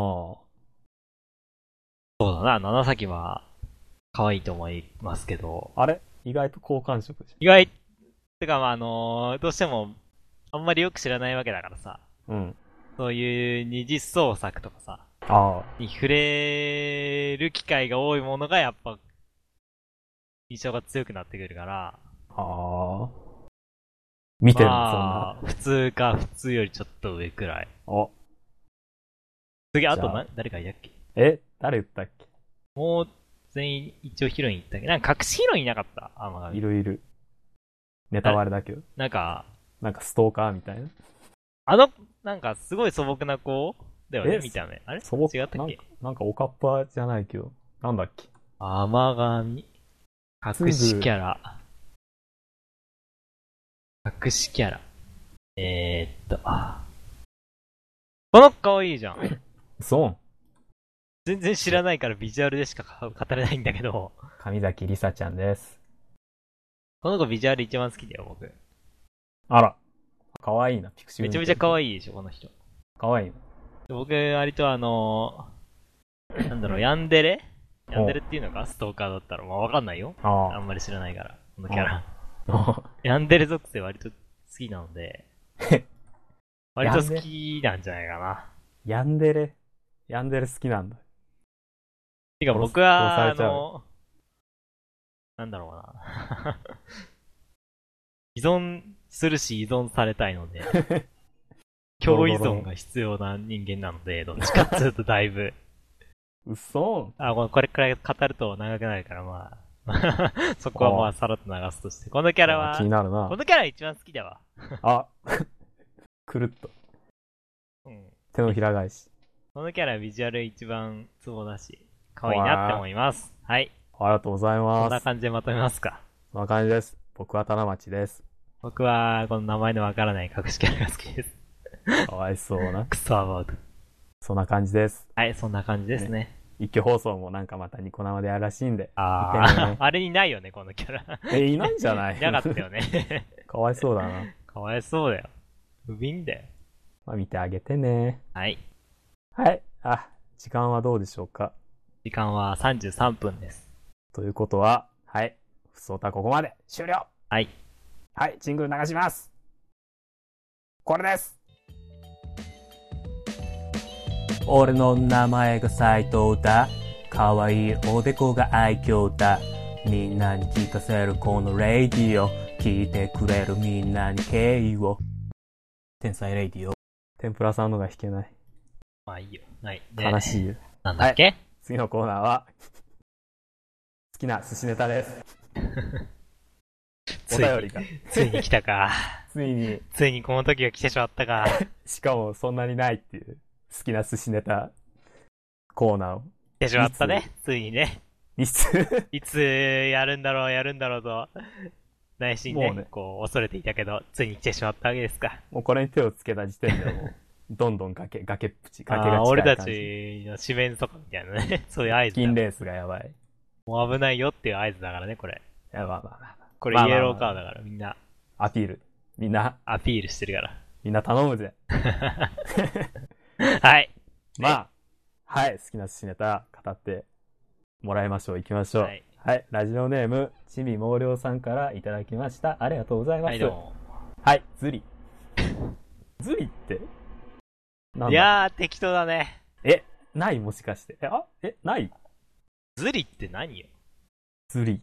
そうだな、七崎は、可愛いと思いますけど。 あれ意外と好感触じゃん。 意外、てかまああのー、どうしても、あんまりよく知らないわけだからさ。 うん。 そういう二次創作とかさ。 ああ。 に触れる機会が多いものがやっぱ、印象が強くなってくるから。 ああ。見てるの、 まあ、そんな。普通か普通よりちょっと上くらい。 お。 次、あとな、誰かいたっけ？ え誰言ったっけ？ もう、全員一応ヒロインいったっけ？なんか隠しヒロインいなかった？あの、 いるいる。ネタバレだけど。 なんか、 なんかストーカーみたいな。 あの、なんかすごい素朴な子だよね、見た目。あれ素朴違ったっけ？ なんかおかっぱじゃないけど。なんだっけ？ 甘神。隠しキャラ。隠しキャラ。えー、っと、この子かわいいじゃん。 そう。 全然知らないからビジュアルでしか語れないんだけど。 神崎りさちゃんです。 この子ビジュアル一番好きだよ、僕。 あら。かわいいな、ピクシブ。 めちゃめちゃかわいいでしょ、この人。 かわいいの。僕、割とあのー、なんだろう、ヤンデレヤンデレっていうのかストーカーだったら。まあわかんないよ。あ, あんまり知らないから、このキャラ。ヤンデレ属性割と好きなので、割と好きなんじゃないかな。 ヤンデレヤンデレ好きなんだ。 てか僕は、あの、なんだろうな。依存するし依存されたいので、共依存が必要な人間なので、どっちかっていうとだいぶ。 嘘？ あ、これくらい語ると長くなるからまあ、そこはまあさらっと流すとして。このキャラは、 気になるな。 このキャラ一番好きだわ。 あ、くるっと。うん。手のひら返し。 このキャラビジュアル一番ツボだし、可愛いなって思います。はい。 ありがとうございます。 こんな感じでまとめますか。 こんな感じです。僕は棚町です。 僕は、この名前のわからない隠しキャラが好きです。 かわいそうな。 クソアバウト。 そんな感じです。 はい、そんな感じですね。ね一挙放送もなんかまたニコ生でやるらしいんで。 ああ、ね、あれいないよね、このキャラ。 え、いないんじゃない？ いなかったよね。 かわいそうだな。 かわいそうだよ。不憫だよ。 まあ見てあげてね。 はい。 はい。あ、時間はどうでしょうか？ 時間はさんじゅうさんぷんです。 ということは、はい。ふつおたここまで終了。 はい。 はい、ジングル流します。これです。俺の名前が斉藤だ。かわいいおでこが愛嬌だ。みんなに聞かせるこのレディオ。聞いてくれるみんなに敬意を。天才レディオ。天ぷらさんのが弾けない。 まあいいよ。はい。 ね、悲しいよ。 なんだっけ、はい、 次のコーナーは、好きな寿司ネタです。お便りが。 ついに来たか。 ついに。 ついにこの時が来てしまったか。 しかもそんなにないっていう、好きな寿司ネタコーナーを。 来てしまったね。ついにね。 いついつやるんだろう、やるんだろうと。内心ね、ねこう恐れていたけど、ついに来てしまったわけですか。 もうこれに手をつけた時点でもう、どんどん崖、崖っぷち、崖が近い感じ。 俺たちの四面楚歌みたいなね。そういう合図。 金レースがやばい。 もう危ないよっていう合図だからね、これ。 いや、まあまあまあ。 これイエローカードだからみんな。 アピール。みんな。 アピールしてるから。 みんな頼むぜ。 はい。 まあ、はい、好きな寿司ネタ語ってもらいましょう。行きましょう。はい。はい、ラジオネーム、ちみもうりょうさんからいただきました。ありがとうございます。はい、どうも。はい、ズリ。ズリってなんだ？いやー、適当だね。 え、ないもしかして。え、あえ、ないズリって何よ？ ズリ。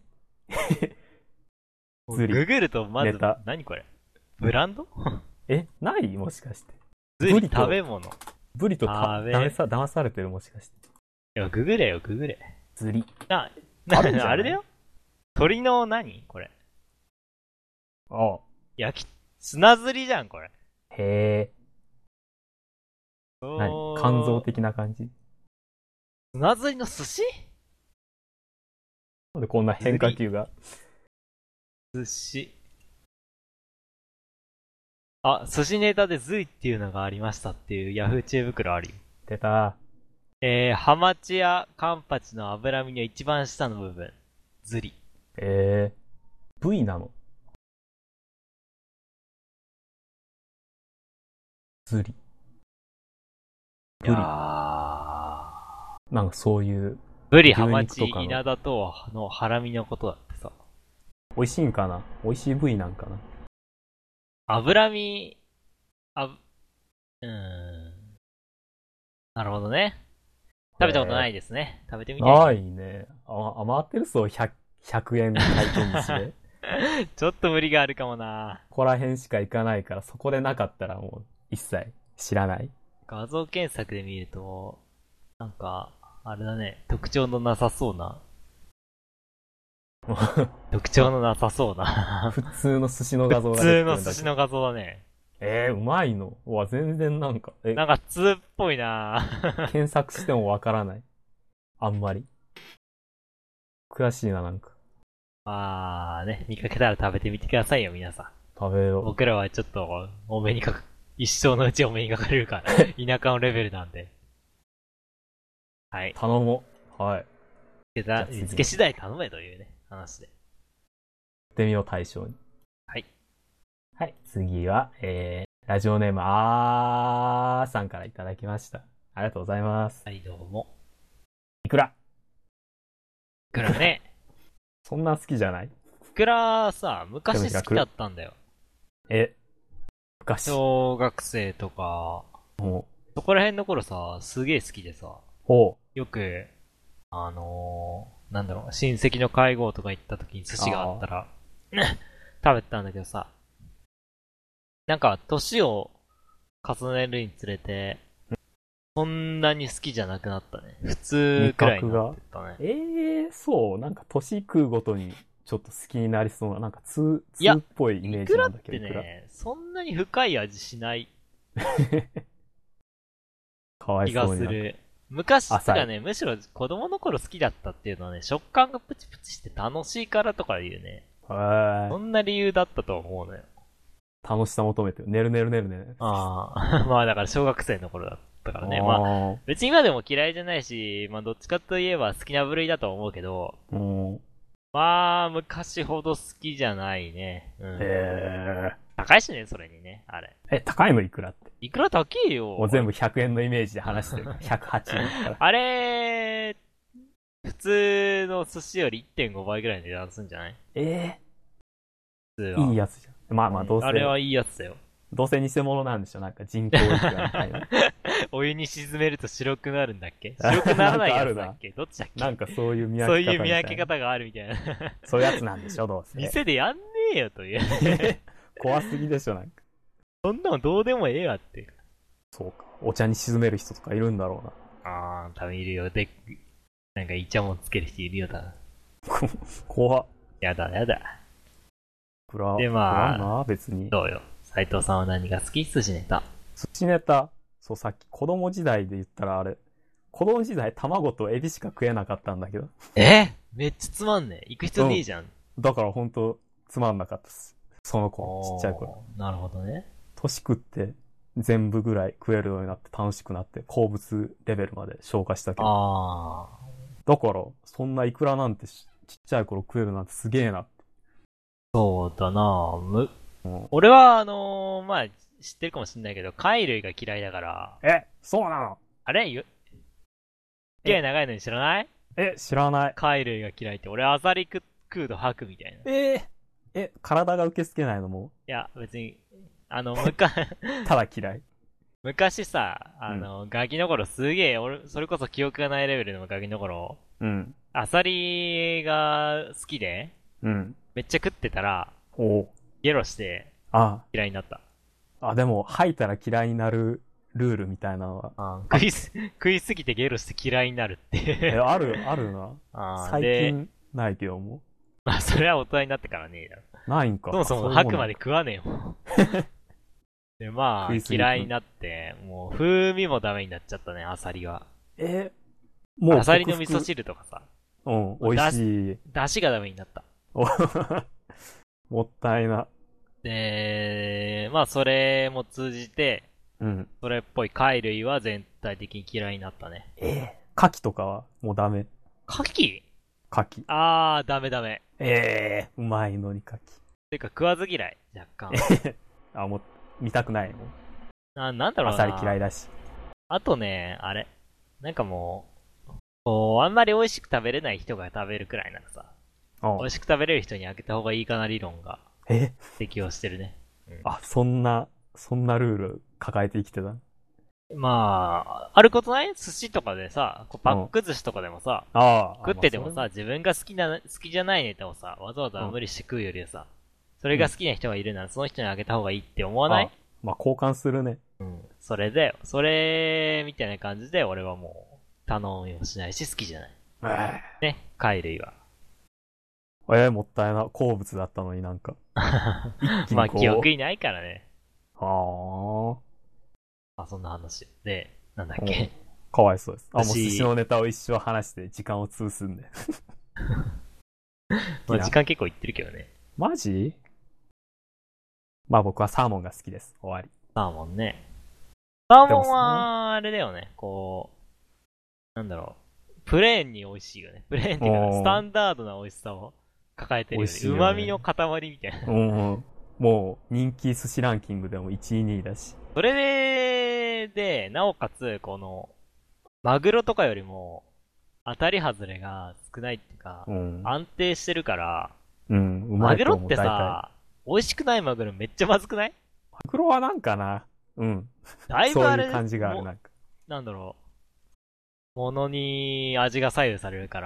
ズリ。ググるとまず、何これ？ブランド？ え、ないもしかして。 ズリ食べ物。 ブリとか、騙さ、騙されてるもしかして。 いや、ググれよ、ググれ。 ズリ。 な、な、あ, あれだよ？鳥の何これ。 ああ。 焼き、砂ずりじゃん、これ。 へえ。何？肝臓的な感じ？ 砂ずりの寿司？ なんでこんな変化球が。 寿司。あ、寿司ネタでズリっていうのがありましたっていうヤフー知恵袋あるよ。 出た。 えー、ハマチやカンパチの脂身の一番下の部分。ズリ。 えー、部位なの？ズリ。ブリ。 いやー、 なんかそういう。 ブリ、ハマチ、稲田とのハラミのことだってさ。 美味しいんかな？美味しい部位なんかな？ 脂身、あ、うーん。なるほどね。食べたことないですね。食べてみたい。 ないね。あ、余ってるそう、ひゃく、ひゃくえん回転寿司で。 ちょっと無理があるかもな。 ここら辺しか行かないから、そこでなかったらもう一切知らない。 画像検索で見ると、なんか、あれだね、特徴のなさそうな。特徴のなさそうな。 普通の寿司の画像が出てくるんだけど。普通の寿司の画像だね。 えー、うまいの？うわ、全然なんか、え、 なんか通っぽいな。 検索してもわからない。あんまり。悔しいな、なんか。 あーね、見かけたら食べてみてくださいよ、皆さん。 食べよう。 僕らはちょっと、お目にかか、一生のうちお目にかかれるから、田舎のレベルなんで。はい。 頼もう。はい。 見つけ次第頼めというね、話で。 やってみよう、対象に。 はい。 はい、次は、えー、ラジオネーム、あーさんからいただきました。ありがとうございます。 はい、どうも。 いくら。 いくらね。 そんな好きじゃない？ いくらさ、昔好きだったんだよ。 え、昔。 小学生とか、 もうそこら辺の頃さ、すげえ好きでさ、 ほう。よく、あのー、なんだろう、親戚の会合とか行った時に寿司があったら、食べてたんだけどさ、なんか、年を重ねるにつれて、そんなに好きじゃなくなったね。普通くらいになってたね。 えー、そう、なんか年食うごとにちょっと好きになりそうな、なんか通、通っぽいイメージなんだけど。 いくらってね、そんなに深い味しないかわい気そうに。 がする。昔とかね、むしろ子供の頃好きだったっていうのはね、食感がプチプチして楽しいからとか言うね。そんな理由だったと思うのよ。 楽しさ求めてる。ねるねるねるね。 ああ、まあだから小学生の頃だったからね。まあ、別に今でも嫌いじゃないし、まあどっちかといえば好きな部類だと思うけど、まあ、昔ほど好きじゃないね。うん、 へー。 高いしね、それにね、あれ。 え、高いのいくらって？ いくら高いよ。 もう全部ひゃくえんのイメージで話してる。ひゃくはちえんから。 あれ、普通の寿司より いってんご 倍ぐらいの値段するんじゃない？ えー、いいやつじゃん。まあまあ、どうせ、 うん。あれはいいやつだよ。 どうせ偽物なんでしょ、なんか人工いくらみたいな。 お湯に沈めると白くなるんだっけ？白くならないやつだっけ？どっちだっけ？ なんかそういう見分け方そういう見分け方があるみたいな。 そういうやつなんでしょ、どうせ。 店でやんねえよという。 怖すぎでしょ、なんか。 そんなのどうでもええわって。 そうか。お茶に沈める人とかいるんだろうな。あー、多分いるよ。で、なんかイチャモンつける人いるよだ。 怖っ。 やだやだ。 で、まあ、な別に。 どうよ。斉藤さんは何が好き？寿司ネタ。 寿司ネタ。そう、さっき子供時代で言ったらあれ。子供時代卵とエビしか食えなかったんだけど。 えめっちゃつまんねえ。行く必要ねえじゃん。うん、 だからほんとつまんなかったです。その子、ちっちゃい頃。 なるほどね。 年食って全部ぐらい食えるようになって楽しくなって好物レベルまで消化したけど。 あだから、そんなイクラなんてちっちゃい頃食えるなんてすげえなって。 そうだなむ、うん、俺はあのー、まあ、知ってるかもしんないけど、貝類が嫌いだから。 え、そうなの？ あれよ、付き合い長いのに知らない？ え、知らない。 貝類が嫌いって、俺アサリ食うと吐くみたいな。 えー、え、体が受け付けないのも？ いや、別に、あの、むか、 ただ嫌い。 昔さ、あの、うん、ガキの頃すげえ、俺、それこそ記憶がないレベルのガキの頃、 うん。 アサリが好きで、 うん。 めっちゃ食ってたら、 おゲロして、 あ嫌いになった。 あ、でも、吐いたら嫌いになるルールみたいなのは。 あ食いす、食いすぎてゲロして嫌いになるってえ、ある、あるな。 あ最近、ないけども。 まあ、それは大人になってからねえだろ。 ないんか。 そもそも吐くまで食わねえよ。で、まあ、嫌いになって、もう、風味もダメになっちゃったね、アサリは。 え、 もうアサリの味噌汁とかさ。 うん、美味しい。 だしがダメになった。 もったいな。 で、まあそれも通じて、 うん。 それっぽい貝類は全体的に嫌いになったね。 ええー。牡蠣とかはもうダメ。 牡蠣牡蠣。 あー、ダメダメ。 ええー、うまいのに牡蠣。 てか食わず嫌い、若干。 あ、もう、見たくないもん。 な、なんだろうな。 アサリ嫌いだし。 あとね、あれ。なんかもう、こう、あんまり美味しく食べれない人が食べるくらいならさ、美味しく食べれる人にあげた方がいいかな理論が、 え適用してるね。 うん、あ、そんな、そんなルール抱えて生きてた。 まあ、あることない寿司とかでさ、こうパック寿司とかでもさ、 うん、あ食っててもさ、まあ、自分が好きな、好きじゃないネタをさ、わざわざ無理して食うよりはさ、うん、それが好きな人がいるなら、その人にあげた方がいいって思わない？あまあ、交換するね。 うん。それで、それ、みたいな感じで、俺はもう、頼みもしないし、好きじゃない。ね、貝類は。 えー、もったいな。好物だったのになんか。 まあ、記憶にないからね。 はあ。あ、そんな話。で、なんだっけ。 かわいそうです。あ、もう寿司のネタを一生話して時間を潰すんで。 まあ時間結構いってるけどね。 マジ？まあ僕はサーモンが好きです。終わり。 サーモンね。サーモンは、あれだよね。こう、なんだろう。プレーンに美味しいよね。プレーンっていうか、スタンダードな美味しさを抱えてるよね。うまみの塊みたいな。 うん。もう、人気寿司ランキングでもいちい、にいだし。 それで、で、なおかつ、この、マグロとかよりも、当たり外れが少ないっていうか、うん、安定してるから、 うん、うまいと思う。 マグロってさ、美味しくないマグロめっちゃまずくない？ マグロはなんかな、うん。 だいぶあれ、 そういう感じがある、なんか。 なんだろう。ものに味が左右されるから、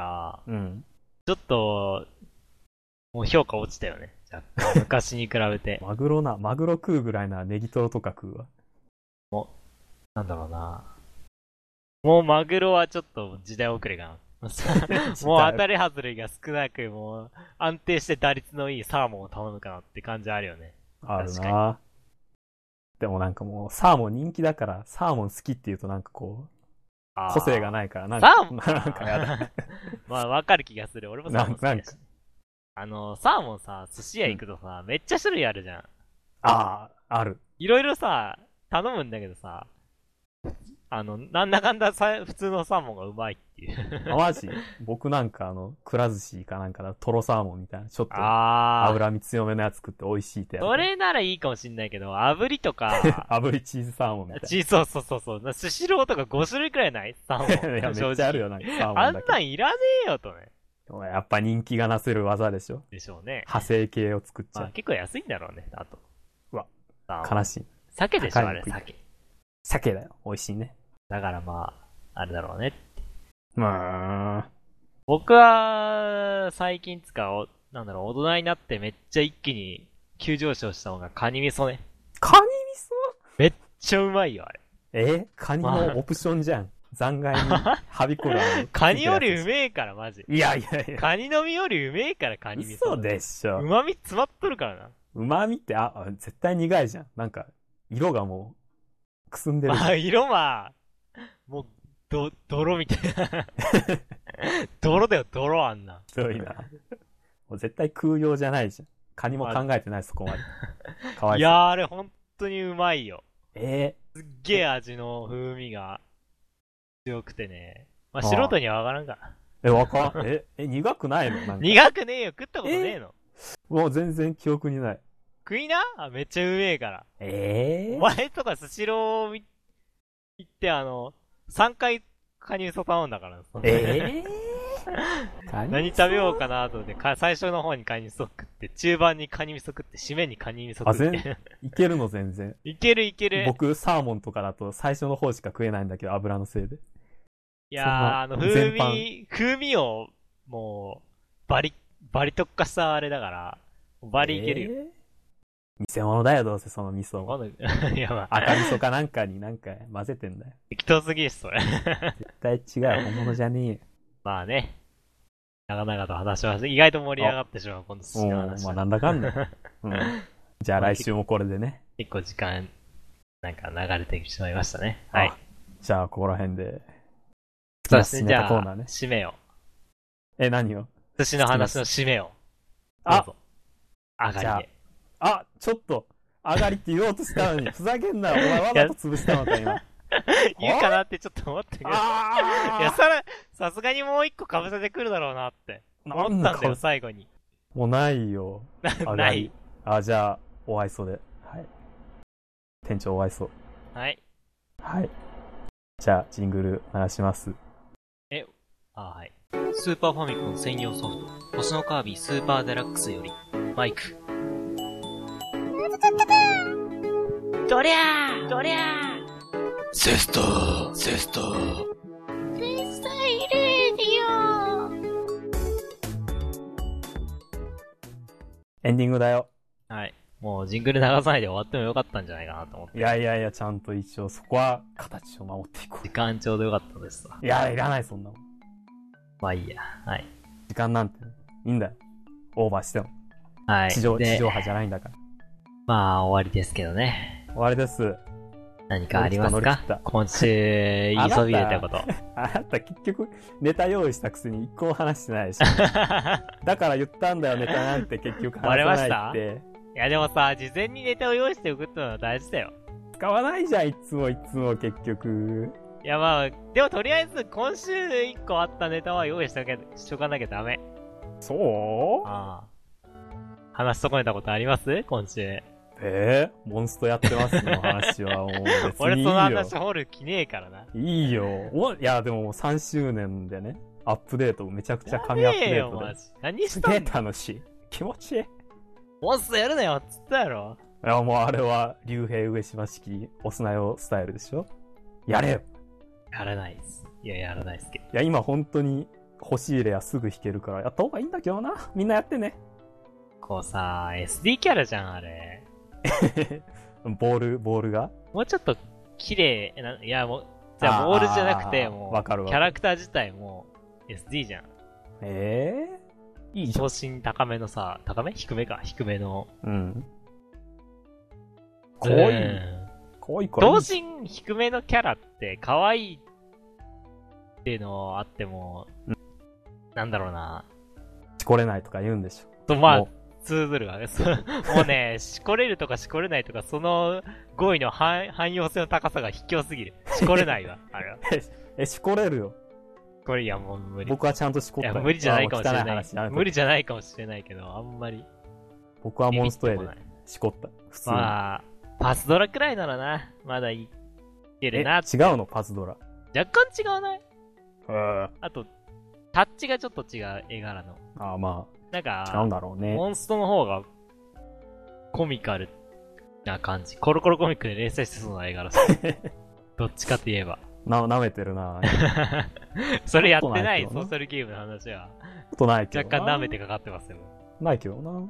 うん。 ちょっと、もう評価落ちたよね。昔に比べて。 マグロな、マグロ食うぐらいならネギトロとか食うわ。 もう、なんだろうな。もうマグロはちょっと時代遅れかな。もう当たり外れが少なく、もう安定して打率のいいサーモンを頼むかなって感じあるよね。 あるな。でもなんかもうサーモン人気だからサーモン好きって言うとなんかこう個性がないからなんかサーモンなんかやだ。 まあわかる気がする。俺もサーモン好きだし。あのサーモンさ、寿司屋行くとさ、うん、めっちゃ種類あるじゃん。 ああ、ある。 いろいろさ頼むんだけどさ。あの、なんだかんださ普通のサーモンがうまいっていう。 あ、マジ？僕なんかあの、くら寿司かなんかだ、トロサーモンみたいな、ちょっと脂身強めのやつ食って美味しいってやつ。 それならいいかもしんないけど、炙りとか。 炙りチーズサーモンみたいな。 チーズ、そうそうそうそう。スシローとかご種類くらいないサーモン。 いや、めっちゃあるよ、なんかサーモンだけ。 あんなんいらねえよとね。 やっぱ人気がなせる技でしょ。 でしょうね。 派生系を作っちゃう。 まあ、結構安いんだろうね、あと。 うわ、悲しい。 鮭でしょ、あれ、鮭。 鮭だよ、美味しいね。 だからまあ、あれだろうね。 まあ。 僕は、最近つか、なんだろう、大人になってめっちゃ一気に急上昇したのがカニ味噌ね。 カニ味噌？ めっちゃうまいよ、あれ。 えカニのオプションじゃん。残骸にはびこる。 カニよりうめえから、マジ。 いやいやいや。 カニの実よりうめえから、カニ味噌。 嘘でしょ。 旨味詰まっとるからな。 旨味って、あ、絶対苦いじゃん。なんか、色がもう、くすんでる。 まあ、色は、もう、ど、泥みたいな。泥だよ、泥あんな。 ひどいな。もう絶対空用じゃないじゃん。カニも考えてない、そこまで。かわいそう。 いやー、あれ本当にうまいよ。 えー、すっげえ味の風味が強くてね。まあ、素人にはわからんかな。 え、わかん、え、え、苦くないのなんか苦くねえよ、食ったことねえの。 もう全然記憶にない。 食いなあ、めっちゃうめえから。 ええー、 お前とかスシロー行って、あの、さんかいカニ味噌頼んだから。 ええー、何食べようかなと思ってか、最初の方にカニ味噌食って、中盤にカニ味噌食って、締めにカニ味噌食って。 あ、いけるの全然。 いけるいける。 僕、サーモンとかだと最初の方しか食えないんだけど、油のせいで。 いやー、あの、風味、風味を、もう、バリ、バリ特化したあれだから、バリいけるよ。えー、偽物だよ、どうせその味噌も。 いや、まあ、 赤味噌かなんかになんか混ぜてんだよ。 適当すぎるし、それ。 絶対違う、本物じゃねえよ。 まあね。長々と話しました。意外と盛り上がってしまう、今度寿司の話。 まあなんだかんだ。うん、じゃあ来週もこれでね。 結構時間、なんか流れてしまいましたね。はい。 じゃあここら辺で。 きなしネタコーナーね。 締めよう。え、何を？ 寿司の話の締めよう。 あ、 上がりで。 あ、ちょっと、上がりって言おうとしたのに、ふざけんなよ。お前わざと潰したのか、今。 言うかなってちょっと思ったけど。いや、さら、さすがにもう一個被せてくるだろうなって。思ったんだよ、最後に。 もうないよ。 ない。 あ、じゃあ、お愛想で。はい。店長お愛想。 はい。 はい。じゃあ、ジングル流します。 え、あ、はい。スーパーファミコン専用ソフト、星のカービィスーパーデラックスより、マイク。どりゃーどりゃーセストセスト天才レディオエンディングだよ。 はい。もうジングル流さないで終わってもよかったんじゃないかなと思って。 いやいやいや、ちゃんと一応そこは形を守っていこう。 時間ちょうどよかったですわ。 いや、いらないそんなもん。 まあいいや。はい。 時間なんていいんだよ。オーバーしても。 はい。 地上、地上波じゃないんだから。 まあ終わりですけどね。 終わりです。 何かありますか？今週言いそびれたこと。 あなた結局ネタ用意したくせに一個も話してないでしょ。だから言ったんだよ、ネタなんて結局話さないって。バレました？ いやでもさ、事前にネタを用意しておくってのは大事だよ。 使わないじゃん、いつもいつも結局。 いやまあ、でもとりあえず今週一個あったネタは用意しとけ、しとかなきゃダメ。 そう？ ああ。話し損ねたことあります今週。 えー、モンストやってますの話はもう別にいいよ。 俺その話掘る気ねえからな。 いいよ。お、いやでもさんしゅうねんでね、アップデートめちゃくちゃ神アップデートで。やべえよマジ。何したんだ。すげえ楽しい。気持ちいい。 モンストやるなよっつったやろ。 いやもうあれは竜兵上島式押すなよスタイルでしょ。やれよ。 やらないです。いややらないですけど。 いや今本当に欲しいレアすぐ引けるからやった方がいいんだけどな。みんなやってね。 こうさ、エスディー キャラじゃんあれ。 ボール、ボールがもうちょっと綺麗な、いやもう、じゃあボールじゃなくてもう、 わかるわキャラクター自体も エスディー じゃん。 ええー、いいじゃん。 昇進高めのさ、高め低めか低めの。 うん。かわいい。かわいいから。 昇進低めのキャラって可愛いっていうのあっても、うん、なんだろうな。 しこれないとか言うんでしょ。 と、まあ、通ずるわね。もうね、しこれるとかしこれないとか、その語彙の汎用性の高さが卑怯すぎる。しこれないわ、あれは。 え、しこれるよ。 これいやもう無理。 僕はちゃんとしこった。 いや無理じゃないかもしれない。無理じゃないかもしれないけど、あんまり。 僕はモンストエでしこった。普通に。 まあ、パズドラくらいならな、まだいけるな。 違うのパズドラ。 若干違わない？ うん。 あと、タッチがちょっと違う、絵柄の。 ああまあ。 なんか、 違うんだろうね。 モンストの方が、コミカルな感じ。コロコロコミックで連載してそうな絵柄さ。どっちかって言えば。 な、舐めてるなそれやってないソーシャルゲームの話は。 ことないけど若干舐めてかかってますよ。 ないけどな。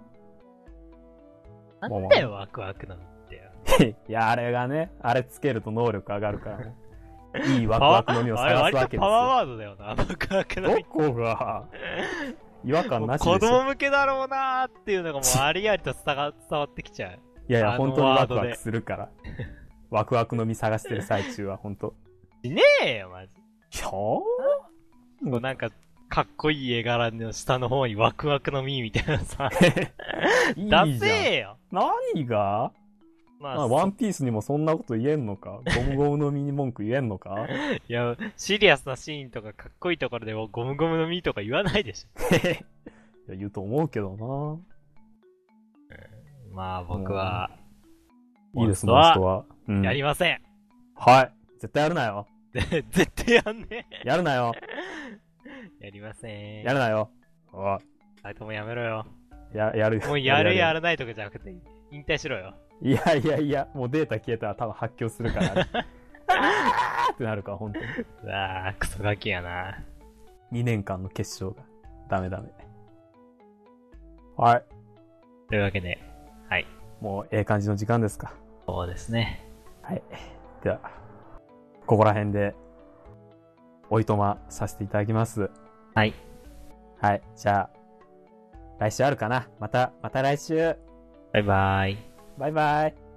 なんだよ、ワクワクなんて。 いや、あれがね、あれつけると能力上がるからね。いいワクワクの実を探すわけですよ。 パワーワードだよな、ワクワクの実。 どこが違和感なしでしょ。 子供向けだろうなーっていうのがもうありありと伝わってきちゃう。 いやいや、本当にワクワクするから。ワクワクの実探してる最中は本当。 しねえよ、マジ。 ひょーもうなんか、かっこいい絵柄の下の方にワクワクの実みたいなさ。 いいじゃん。 ダセーよ。 何がまあ、ワンピースにもそんなこと言えんのかゴムゴムの実に文句言えんのかいや、シリアスなシーンとかかっこいいところでゴムゴムの実とか言わないでしょ。 いや言うと思うけどな、 うん、まあ僕は、 いいです、モンストは。 うん、やりません。 はい。絶対やるなよ。 絶対やんねやるなよ。 やりません。 やるなよ。おい。 あいともやめろよ。 や、やるよ。 もうやるやらないとかじゃなくて、引退しろよ。 いやいやいや、もうデータ消えたら多分発狂するから、ね。あーってなるから、ほんとに。 うわー、クソガキやな。 にねんかんの決勝が。ダメダメ。はい。 というわけで、はい。 もうええ感じの時間ですか。 そうですね。 はい。では、ここら辺で、おいとまさせていただきます。 はい。 はい。じゃあ、来週あるかな。また、また来週。 バイバイ。 バイバイ。